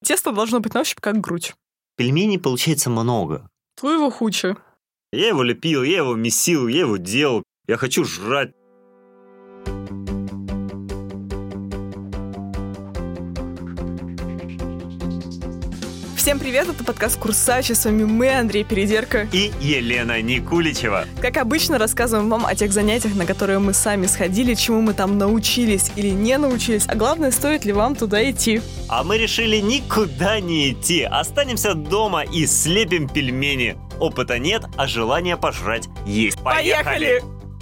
Тесто должно быть на ощупь как грудь. Пельменей получается много. Твоего хуча. Я его лепил, я его месил, я его делал. Я хочу жрать. Всем привет, это подкаст «Курсачи», с вами мы, Андрей Передерко и Елена Никуличева. Как обычно, рассказываем вам о тех занятиях, на которые мы сами сходили, чему мы там научились или не научились, а главное, стоит ли вам туда идти. А мы решили никуда не идти, останемся дома и слепим пельмени. Опыта нет, а желание пожрать есть. Поехали!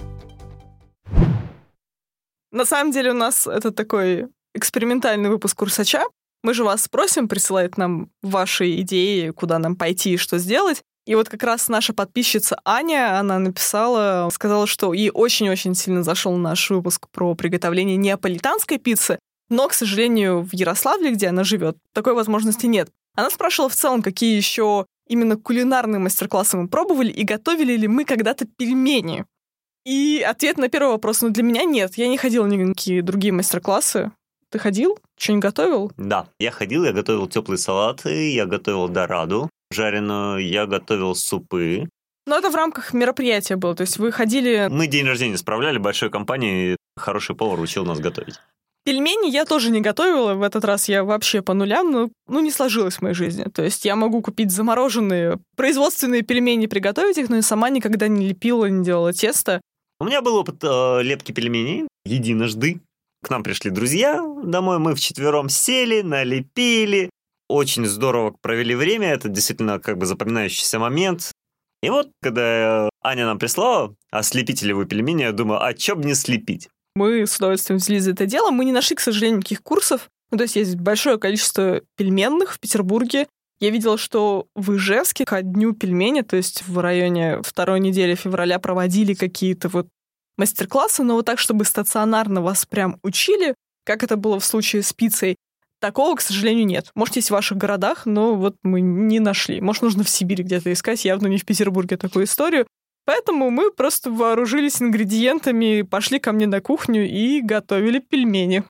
На самом деле у нас это такой экспериментальный выпуск «Курсача». Мы же вас спросим, присылает нам ваши идеи, куда нам пойти и что сделать. И вот как раз наша подписчица Аня, она написала, сказала, что ей очень-очень сильно зашел наш выпуск про приготовление неаполитанской пиццы, но, к сожалению, в Ярославле, где она живет, такой возможности нет. Она спрашивала в целом, какие еще именно кулинарные мастер-классы мы пробовали и готовили ли мы когда-то пельмени. И ответ на первый вопрос, для меня нет. Я не ходила ни на какие другие мастер-классы. Ты ходил? Что-нибудь готовил? Да, я ходил, я готовил теплые салаты, я готовил дораду жареную, я готовил супы. Но это в рамках мероприятия было, то есть вы ходили... Мы день рождения справляли большой компании, хороший повар учил нас готовить. Пельмени я тоже не готовила, в этот раз я вообще по нулям, но не сложилось в моей жизни. То есть я могу купить замороженные производственные пельмени, приготовить их, но я сама никогда не лепила, не делала тесто. У меня был опыт лепки пельменей единожды. К нам пришли друзья домой, мы вчетвером сели, налепили. Очень здорово провели время, это действительно запоминающийся момент. И вот, когда Аня нам прислала, а слепите ли вы пельмени, я думаю, а чё бы не слепить? Мы с удовольствием взялись за это дело. Мы не нашли, к сожалению, никаких курсов. То есть есть большое количество пельменных в Петербурге. Я видела, что в Ижевске ко дню пельмени, то есть в районе второй недели февраля, проводили какие-то мастер-классы, но так, чтобы стационарно вас прям учили, как это было в случае с пиццей, такого, к сожалению, нет. Может, есть в ваших городах, но мы не нашли. Может, нужно в Сибири где-то искать, явно не в Петербурге такую историю. Поэтому мы просто вооружились ингредиентами, пошли ко мне на кухню и готовили пельмени.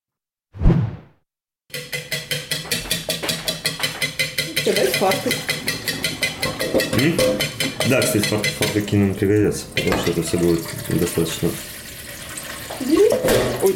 Кидать фартук. Да, кстати, фартуки нам пригодятся, потому что это все будет достаточно. Ой.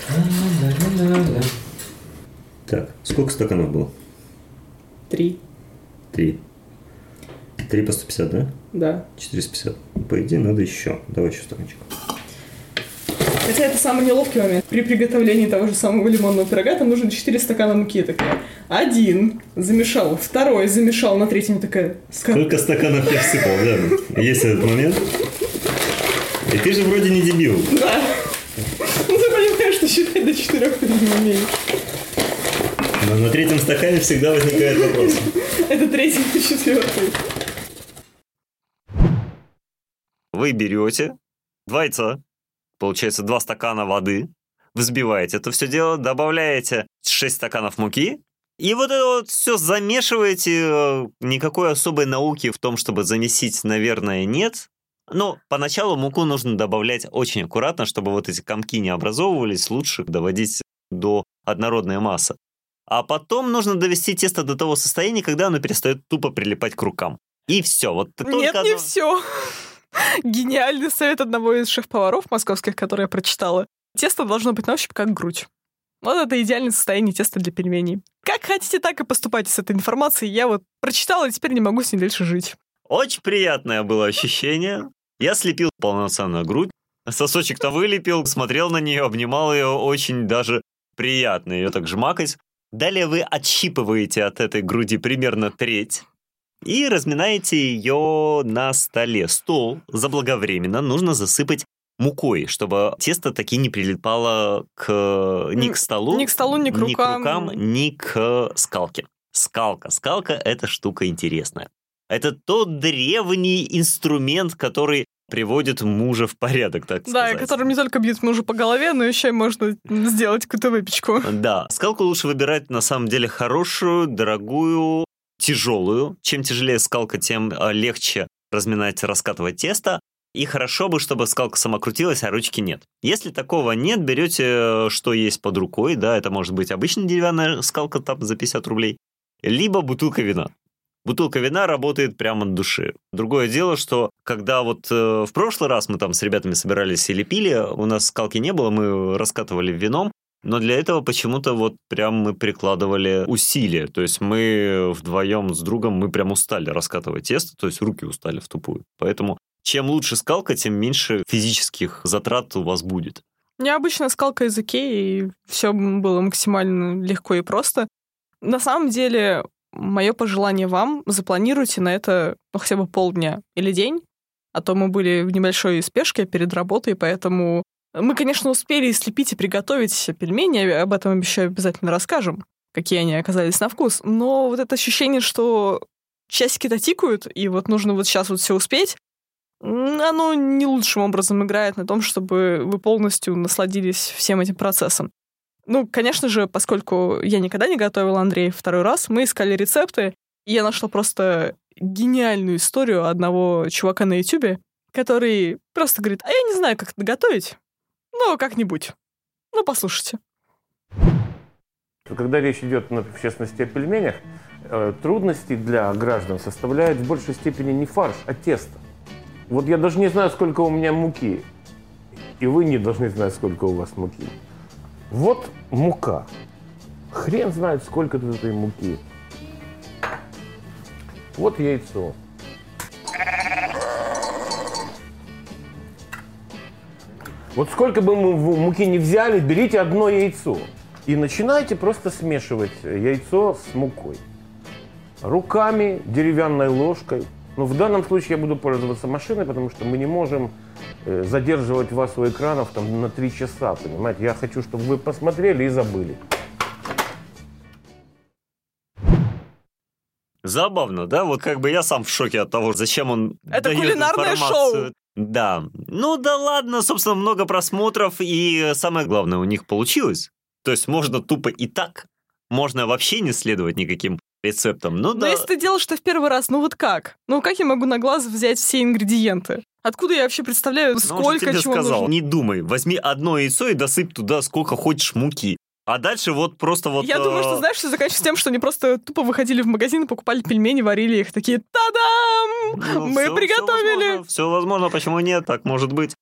Так, сколько стаканов было? 3. 3 по 150, да? Да. 450. По идее, надо еще. Давай еще стаканчик. Хотя это самый неловкий момент. При приготовлении того же самого лимонного пирога там нужно 4 стакана муки. Такая, 1 замешал, 2 замешал, на 3 такая... Сколько стаканов я всыпал, да? Есть этот момент. И ты же вроде не дебил. Да. Ты понимаешь, что считать до 4 ты не умеешь. Но на 3 стакане всегда возникает вопрос. Это 3-й и 4-й. Вы берете 2 яйца, получается 2 стакана воды, взбиваете это все дело, добавляете 6 стаканов муки, и это все замешиваете. Никакой особой науки в том, чтобы замесить, наверное, нет. Но поначалу муку нужно добавлять очень аккуратно, чтобы эти комки не образовывались, лучше доводить до однородной массы. А потом нужно довести тесто до того состояния, когда оно перестает тупо прилипать к рукам. И все. Нет, не все. Гениальный совет одного из шеф-поваров московских, который я прочитала. Тесто должно быть на ощупь как грудь. Это идеальное состояние теста для пельменей. Как хотите, так и поступайте с этой информацией. Я прочитала, и теперь не могу с ней дальше жить. Очень приятное было ощущение. Я слепил полноценную грудь. Сосочек-то вылепил, смотрел на нее, обнимал ее. Очень даже приятно ее так жмакать. Далее вы отщипываете от этой груди примерно треть и разминаете ее на столе. Стол заблаговременно нужно засыпать мукой, чтобы тесто таки не прилипало ни к столу, ни к рукам, ни к скалке. Скалка – это штука интересная. Это тот древний инструмент, который приводит мужа в порядок, так сказать. Да, которым не только бьют мужа по голове, но еще и можно сделать какую-то выпечку. Да, скалку лучше выбирать, на самом деле, хорошую, дорогую, тяжелую. Чем тяжелее скалка, тем легче разминать, раскатывать тесто. И хорошо бы, чтобы скалка сама крутилась, а ручки нет. Если такого нет, берете, что есть под рукой, да, это может быть обычная деревянная скалка там за 50 рублей. либо бутылка вина. Бутылка вина работает прямо от души. Другое дело, что когда вот в прошлый раз мы там с ребятами собирались или пили, у нас скалки не было, мы раскатывали вином, но для этого почему-то вот прям мы прикладывали усилия. То есть мы вдвоем с другом, мы прям устали раскатывать тесто, то есть руки устали в тупую. Поэтому чем лучше скалка, тем меньше физических затрат у вас будет. Необычная скалка из Икеи, и все было максимально легко и просто. На самом деле... Мое пожелание вам, запланируйте на это хотя бы полдня или день, а то мы были в небольшой спешке перед работой, поэтому мы, конечно, успели слепить и приготовить пельмени, об этом, обещаю, обязательно расскажем, какие они оказались на вкус, но вот это ощущение, что часики-то тикают, и вот нужно вот сейчас вот все успеть, оно не лучшим образом играет на том, чтобы вы полностью насладились всем этим процессом. Ну, конечно же, поскольку я никогда не готовила Андрея второй раз, мы искали рецепты, и я нашла просто гениальную историю одного чувака на Ютубе, который просто говорит, а я не знаю, как это готовить, но как-нибудь. Ну, послушайте. Когда речь идет, в частности, о пельменях, трудности для граждан составляет в большей степени не фарш, а тесто. Вот я даже не знаю, сколько у меня муки, и вы не должны знать, сколько у вас муки. Вот мука. Хрен знает, сколько тут этой муки. Вот яйцо. Вот сколько бы мы муки не взяли, берите одно яйцо. И начинайте просто смешивать яйцо с мукой. Руками, деревянной ложкой. Но в данном случае я буду пользоваться машиной, потому что мы не можем задерживать вас у экранов там, на 3 часа, понимаете? Я хочу, чтобы вы посмотрели и забыли. Забавно, да? Вот как бы я сам в шоке от того, зачем он Это дает кулинарное информацию. шоу. Да. Ну да ладно, собственно, много просмотров, и самое главное, у них получилось. То есть можно тупо и так, можно вообще не следовать никаким рецептам. Ну Но да. если ты делаешь это в первый раз, ну вот как? Ну как я могу на глаз взять все ингредиенты? Откуда я вообще представляю, Ну, он же сколько тебе чего сказал, нужно? не думай, возьми одно яйцо и досыпь туда сколько хочешь муки. А дальше вот просто вот... Я думаю, что, знаешь, все заканчивается тем, что они просто тупо выходили в магазин, покупали пельмени, варили их, такие, та-дам! Ну, Мы приготовили! Все возможно, почему нет, так может быть.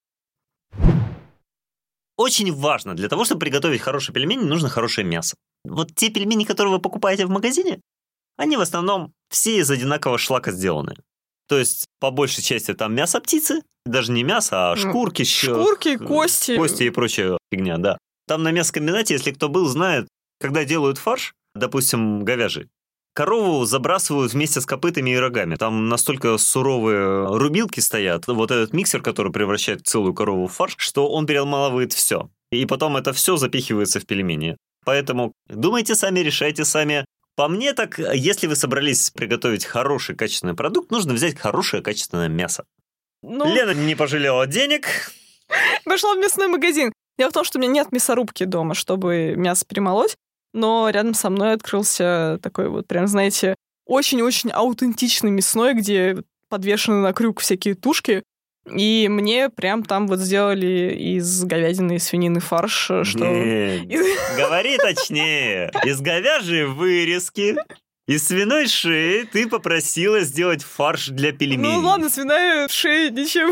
Очень важно, для того, чтобы приготовить хорошие пельмени, нужно хорошее мясо. Вот те пельмени, которые вы покупаете в магазине, они в основном все из одинакового шлака сделаны. То есть, по большей части, там мясо птицы, даже не мясо, а шкурки. Шкурки, кости. Кости и прочая фигня, да. Там на мясокомбинате, если кто был, знает, когда делают фарш, допустим, говяжий, корову забрасывают вместе с копытами и рогами. Там настолько суровые рубилки стоят, вот этот миксер, который превращает целую корову в фарш, что он перемалывает все. И потом это все запихивается в пельмени. Поэтому думайте сами, решайте сами. По мне так, если вы собрались приготовить хороший качественный продукт, нужно взять хорошее качественное мясо. Ну, Лена не пожалела денег. пошла в мясной магазин. Дело в том, что у меня нет мясорубки дома, чтобы мясо перемолоть, но рядом со мной открылся такой вот прям, знаете, очень-очень аутентичный мясной, где подвешены на крюк всякие тушки, и мне прям там вот сделали из говядины и свинины фарш, что... Говори точнее. Из говяжьей вырезки, из свиной шеи ты попросила сделать фарш для пельменей. Ну ладно, свиная шея ничем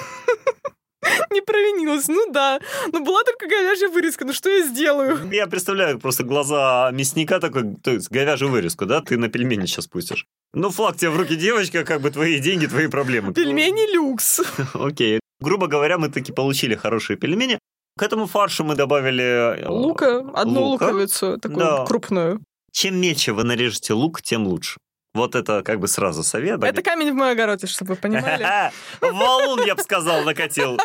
не провинилась. Ну да, но была только говяжья вырезка, ну что я сделаю? Я представляю просто глаза мясника такой, то есть говяжью вырезку, да, ты на пельмени сейчас пустишь. Ну, флаг тебе в руки, девочка, как бы твои деньги, твои проблемы. Пельмени люкс. Окей. Грубо говоря, мы таки получили хорошие пельмени. К этому фаршу мы добавили... Лука, одну лука. луковицу, такую Да. крупную. Чем мельче вы нарежете лук, тем лучше. Вот это как бы сразу совет. Это камень в мой огород, чтобы вы понимали. Валун, я бы сказал, накатил.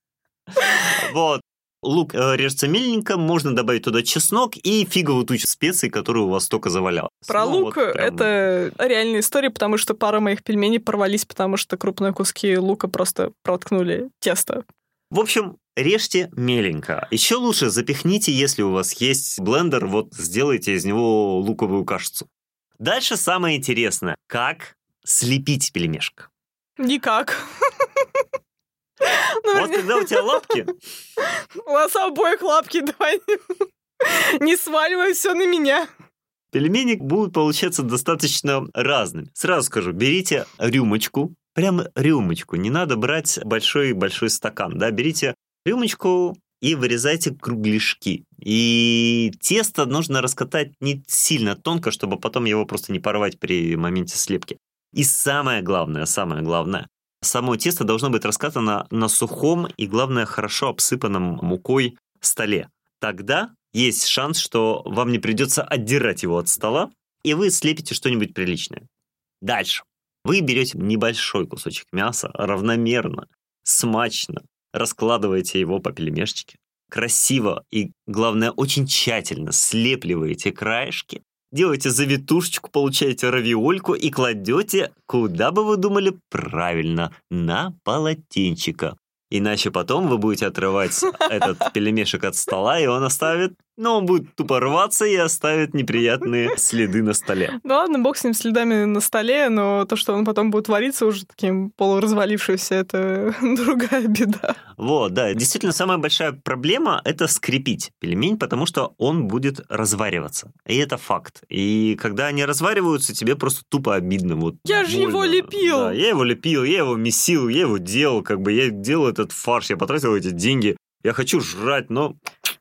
Вот. Лук режется меленько, можно добавить туда чеснок и фиговую тучу специй, которые у вас только завалялось. Про Ну, лук вот прям- это реальная история, потому что пара моих пельменей порвались, потому что крупные куски лука просто проткнули тесто. В общем, режьте меленько. Еще лучше запихните, если у вас есть блендер, вот сделайте из него луковую кашицу. Дальше самое интересное. Как слепить пельмешка? Никак. Вот когда у тебя лапки, У нас обоих лапки, давай не сваливай все на меня. Пельмени будут получаться достаточно разными. Сразу скажу, берите рюмочку, прям рюмочку, не надо брать большой-большой стакан, да, берите рюмочку и вырезайте кругляшки. И тесто нужно раскатать не сильно тонко, чтобы потом его просто не порвать при моменте слепки. И самое главное, само тесто должно быть раскатано на сухом и, главное, хорошо обсыпанном мукой столе. Тогда есть шанс, что вам не придется отдирать его от стола, и вы слепите что-нибудь приличное. Дальше. Вы берете небольшой кусочек мяса, равномерно, смачно раскладываете его по пельмешечке, красиво и, главное, очень тщательно слепливаете краешки, делаете завитушечку, получаете равиольку и кладете, куда бы вы думали, правильно, на полотенчико. Иначе потом вы будете отрывать этот пельмешек от стола, и он оставит, он будет тупо рваться и оставит неприятные следы на столе. Ну ладно, бог с ним следами на столе, но то, что он потом будет вариться уже таким полуразвалившимся, это другая беда. Вот, да, действительно, самая большая проблема – это скрепить пельмень, потому что он будет развариваться. И это факт. И когда они развариваются, тебе просто тупо обидно. Вот, я же его лепил! Да, я его лепил, я его месил, я его делал, я делал этот фарш, я потратил эти деньги, я хочу жрать, но...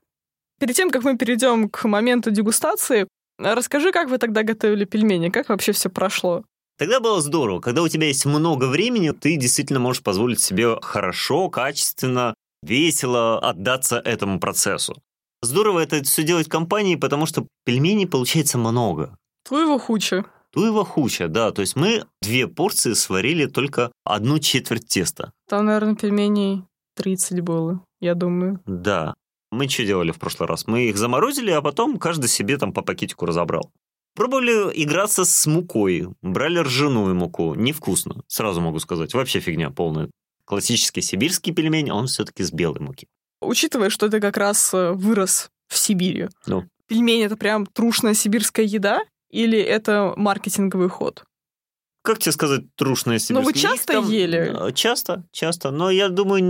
Перед тем, как мы перейдем к моменту дегустации, расскажи, как вы тогда готовили пельмени, как вообще все прошло? Тогда было здорово. Когда у тебя есть много времени, ты действительно можешь позволить себе хорошо, качественно, весело отдаться этому процессу. Здорово это все делать в компании, потому что пельменей получается много. Туева хуча. Туева хуча, да. То есть мы 2 порции сварили только 1/4 теста. Там, наверное, пельменей 30 было, я думаю. Да. Мы что делали в прошлый раз? Мы их заморозили, а потом каждый себе там по пакетику разобрал. Пробовали играться с мукой. Брали ржаную муку. Невкусно, сразу могу сказать. Вообще фигня полная. Классический сибирский пельмень, он все-таки с белой муки. Учитывая, что ты как раз вырос в Сибири, пельмень — это прям трушная сибирская еда или это маркетинговый ход? Как тебе сказать, трушная сибирская? Но вы часто ели? Часто. Но я думаю,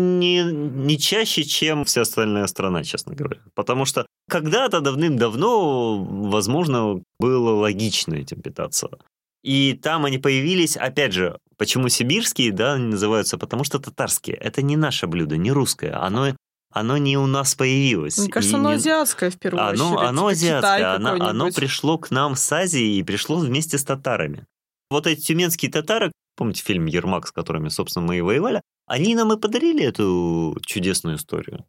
не чаще, чем вся остальная страна, честно говоря. Потому что когда-то давным-давно, возможно, было логично этим питаться. И там они появились, опять же, почему сибирские, да, они называются? Потому что татарские. Это не наше блюдо, не русское. Оно не у нас появилось. Мне кажется, оно азиатское в первую очередь. Оно азиатское. Оно пришло к нам с Азии и пришло вместе с татарами. Вот эти тюменские татары, помните фильм «Ермак», с которыми, собственно, мы и воевали, они нам и подарили эту чудесную историю.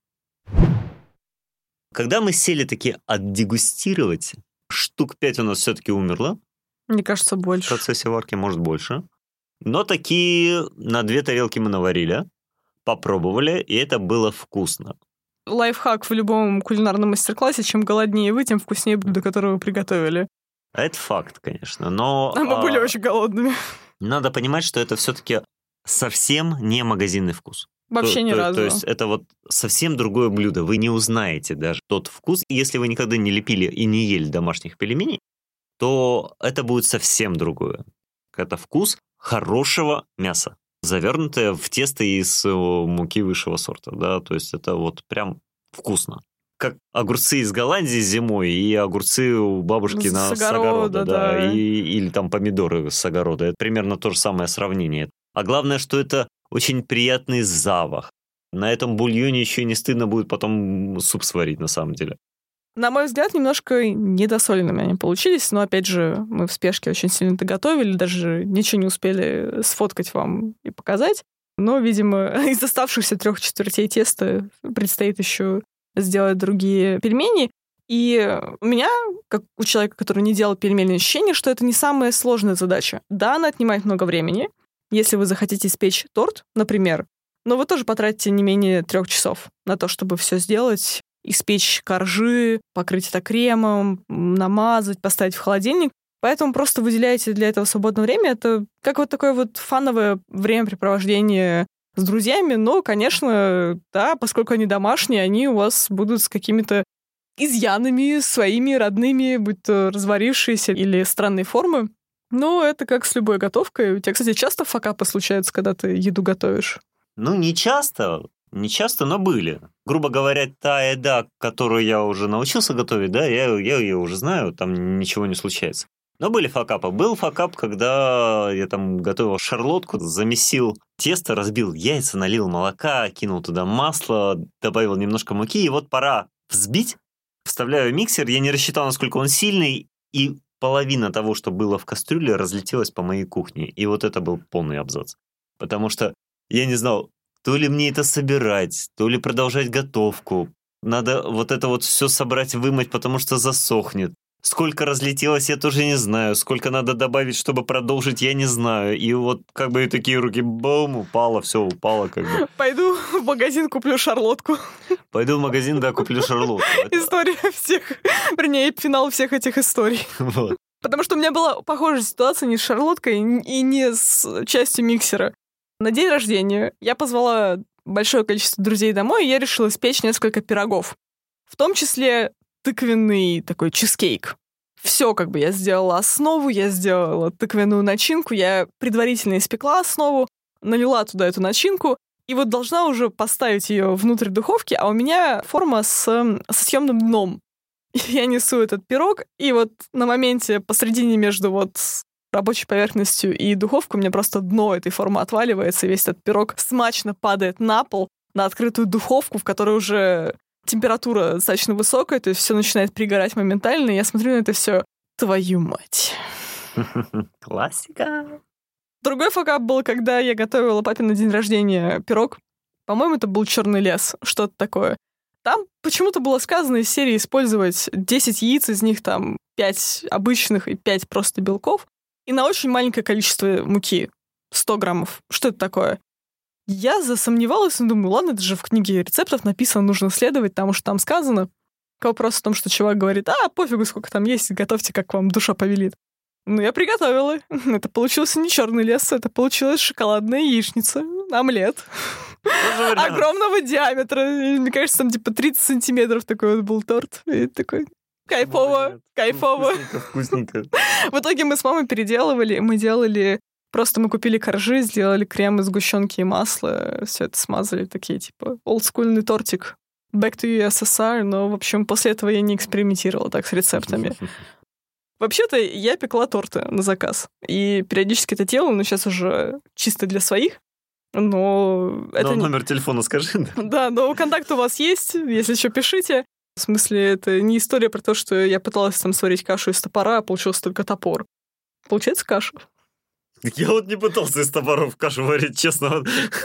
Когда мы сели таки отдегустировать, штук 5 у нас все-таки умерло. Мне кажется, больше. В процессе варки, может, больше. Но такие на 2 тарелки мы наварили, попробовали, и это было вкусно. Лайфхак в любом кулинарном мастер-классе: чем голоднее вы, тем вкуснее блюдо, которое вы приготовили. Это факт, конечно, но... А мы были очень голодными. Надо понимать, что это все-таки совсем не магазинный вкус. Вообще ни разу. То есть это вот совсем другое блюдо. Вы не узнаете даже тот вкус. И если вы никогда не лепили и не ели домашних пельменей, то это будет совсем другое. Это вкус хорошего мяса, завернутое в тесто из муки высшего сорта. Да? То есть это вот прям вкусно. Как огурцы из Голландии зимой и огурцы у бабушки с огорода, да. Или там помидоры с огорода. Это примерно то же самое сравнение. А главное, что это очень приятный запах. На этом бульоне еще не стыдно будет потом суп сварить, на самом деле. На мой взгляд, немножко недосоленными они получились, но, опять же, мы в спешке очень сильно доготовили, даже ничего не успели сфоткать вам и показать. Но, видимо, из оставшихся 3/4 теста предстоит еще сделать другие пельмени. И у меня, как у человека, который не делал пельмени, ощущение, что это не самая сложная задача. Да, она отнимает много времени. Если вы захотите испечь торт, например, но вы тоже потратите не менее 3 часов на то, чтобы все сделать, испечь коржи, покрыть это кремом, намазать, поставить в холодильник. Поэтому просто выделяйте для этого свободное время. Это как вот такое вот фановое времяпрепровождение с друзьями. Но, конечно, да, поскольку они домашние, они у вас будут с какими-то изъянами своими родными, будь то разварившиеся или странные формы. Но это как с любой готовкой. У тебя, кстати, часто факапы случаются, когда ты еду готовишь? Ну, не часто. Не часто, но были. Грубо говоря, та еда, которую я уже научился готовить, да, я ее уже знаю, там ничего не случается. Но были факапы. Был факап, когда я там готовил шарлотку, замесил тесто, разбил яйца, налил молока, кинул туда масло, добавил немножко муки, и вот пора взбить. Вставляю миксер, я не рассчитал, насколько он сильный, и половина того, что было в кастрюле, разлетелась по моей кухне. И вот это был полный абзац. Потому что я не знал, то ли мне это собирать, то ли продолжать готовку. Надо вот это вот все собрать, вымыть, потому что засохнет. Сколько разлетелось, я тоже не знаю. Сколько надо добавить, чтобы продолжить, я не знаю. И вот как бы такие руки, бум, упало, все упало как бы. Пойду в магазин, куплю шарлотку. Пойду в магазин, да, куплю шарлотку. История всех, вернее, финал всех этих историй. Вот. Потому что у меня была похожая ситуация не с шарлоткой и не с частью миксера. На день рождения я позвала большое количество друзей домой, и я решила испечь несколько пирогов. В том числе тыквенный такой чизкейк. Все как бы я сделала основу, я сделала тыквенную начинку, я предварительно испекла основу, налила туда эту начинку, и вот должна уже поставить ее внутрь духовки, а у меня форма со съемным дном. И я несу этот пирог, и вот на моменте посредине между вот рабочей поверхностью и духовкой у меня просто дно этой формы отваливается, и весь этот пирог смачно падает на пол, на открытую духовку, в которой уже температура достаточно высокая, то есть все начинает пригорать моментально, и я смотрю на это все, твою мать. Классика. Другой факап был, когда я готовила папе на день рождения пирог. По-моему, это был черный лес, что-то такое. Там почему-то было сказано из серии использовать 10 яиц, из них там 5 обычных и 5 просто белков, и на очень маленькое количество муки, 100 граммов. Что это такое? Я засомневалась и думаю, ладно, это же в книге рецептов написано, нужно следовать, потому что там сказано. К вопросу о том, что чувак говорит, пофигу, сколько там есть, готовьте, как вам душа повелит. Ну, я приготовила. Это получился не черный лес, это получилась шоколадная яичница, омлет. Огромного диаметра. Мне кажется, там типа 30 сантиметров такой вот был торт. И такой кайфово, кайфово. Вкусненько. В итоге мы с мамой переделывали, мы купили коржи, сделали крем из сгущенки и масла, все это смазали, такие типа олдскульный тортик. Back to USSR, но, в общем, после этого я не экспериментировала так с рецептами. Вообще-то я пекла торты на заказ. И периодически это делала, но сейчас уже чисто для своих. Но это номер телефона скажи. Да, но контакт у вас есть, если что, пишите. В смысле, это не история про то, что я пыталась там сварить кашу из топора, а получился только топор. Получается каша. Я вот не пытался из топоров кашу варить, честно.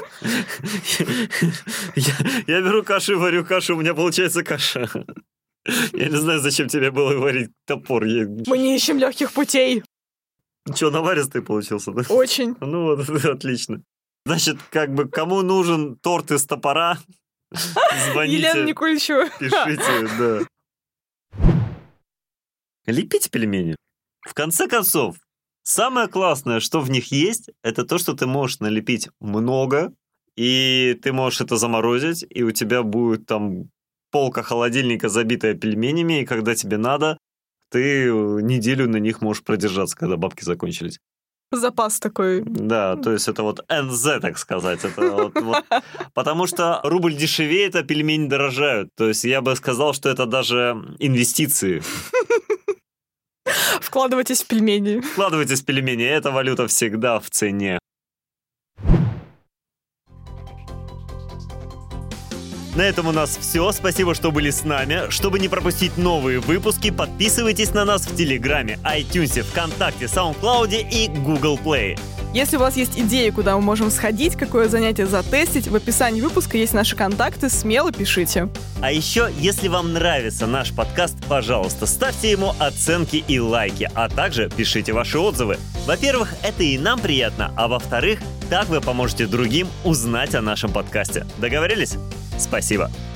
Я беру кашу и варю кашу, у меня получается каша. Я не знаю, зачем тебе было варить топор. Мы не ищем легких путей. Что, наваристый получился, да? Очень. Ну вот, отлично. Значит, как бы, кому нужен торт из топора, звоните. Елена Никульчева. Пишите, да. Лепите пельмени. В конце концов, самое классное, что в них есть, это то, что ты можешь налепить много, и ты можешь это заморозить, и у тебя будет там полка холодильника, забитая пельменями, и когда тебе надо, ты неделю на них можешь продержаться, когда бабки закончились. Запас такой. Да, то есть это вот НЗ, так сказать. Это вот, потому что рубль дешевеет, а пельмени дорожают. То есть я бы сказал, что это даже инвестиции. Вкладывайтесь в пельмени. Вкладывайтесь в пельмени, эта валюта всегда в цене. На этом у нас все. Спасибо, что были с нами. Чтобы не пропустить новые выпуски, подписывайтесь на нас в Телеграме, iTunes, ВКонтакте, Саундклауде и Google Play. Если у вас есть идеи, куда мы можем сходить, какое занятие затестить, в описании выпуска есть наши контакты, смело пишите. А еще, если вам нравится наш подкаст, пожалуйста, ставьте ему оценки и лайки, а также пишите ваши отзывы. Во-первых, это и нам приятно, а во-вторых, так вы поможете другим узнать о нашем подкасте. Договорились? Спасибо.